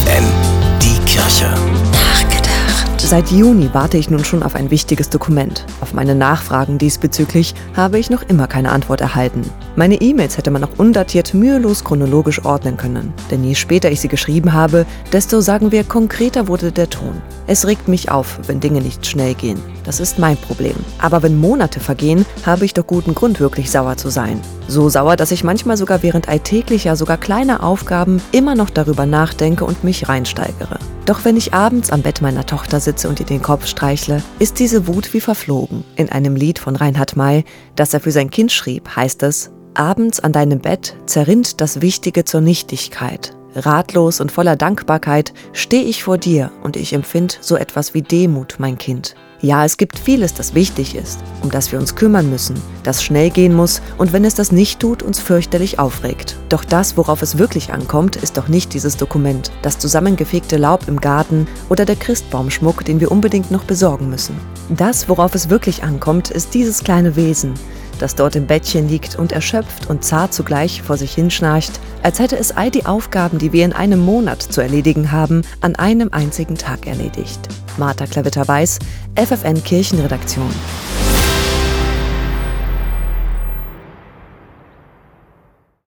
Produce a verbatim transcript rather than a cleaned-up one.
N, die Kirche. Nachgedacht. Seit Juni warte ich nun schon auf ein wichtiges Dokument. Auf meine Nachfragen diesbezüglich habe ich noch immer keine Antwort erhalten. Meine E-Mails hätte man auch undatiert mühelos chronologisch ordnen können. Denn je später ich sie geschrieben habe, desto, sagen wir, konkreter wurde der Ton. Es regt mich auf, wenn Dinge nicht schnell gehen. Das ist mein Problem. Aber wenn Monate vergehen, habe ich doch guten Grund, wirklich sauer zu sein. So sauer, dass ich manchmal sogar während alltäglicher, sogar kleiner Aufgaben immer noch darüber nachdenke und mich reinsteigere. Doch wenn ich abends am Bett meiner Tochter sitze und ihr den Kopf streichle, ist diese Wut wie verflogen. In einem Lied von Reinhard May, das er für sein Kind schrieb, heißt es: Abends an deinem Bett zerrinnt das Wichtige zur Nichtigkeit. Ratlos und voller Dankbarkeit stehe ich vor dir und ich empfind so etwas wie Demut, mein Kind. Ja, es gibt vieles, das wichtig ist, um das wir uns kümmern müssen, das schnell gehen muss und wenn es das nicht tut, uns fürchterlich aufregt. Doch das, worauf es wirklich ankommt, ist doch nicht dieses Dokument, das zusammengefegte Laub im Garten oder der Christbaumschmuck, den wir unbedingt noch besorgen müssen. Das, worauf es wirklich ankommt, ist dieses kleine Wesen, das dort im Bettchen liegt und erschöpft und zart zugleich vor sich hinschnarcht, als hätte es all die Aufgaben, die wir in einem Monat zu erledigen haben, an einem einzigen Tag erledigt. Martha Klavitter-Weiß, F F N Kirchenredaktion.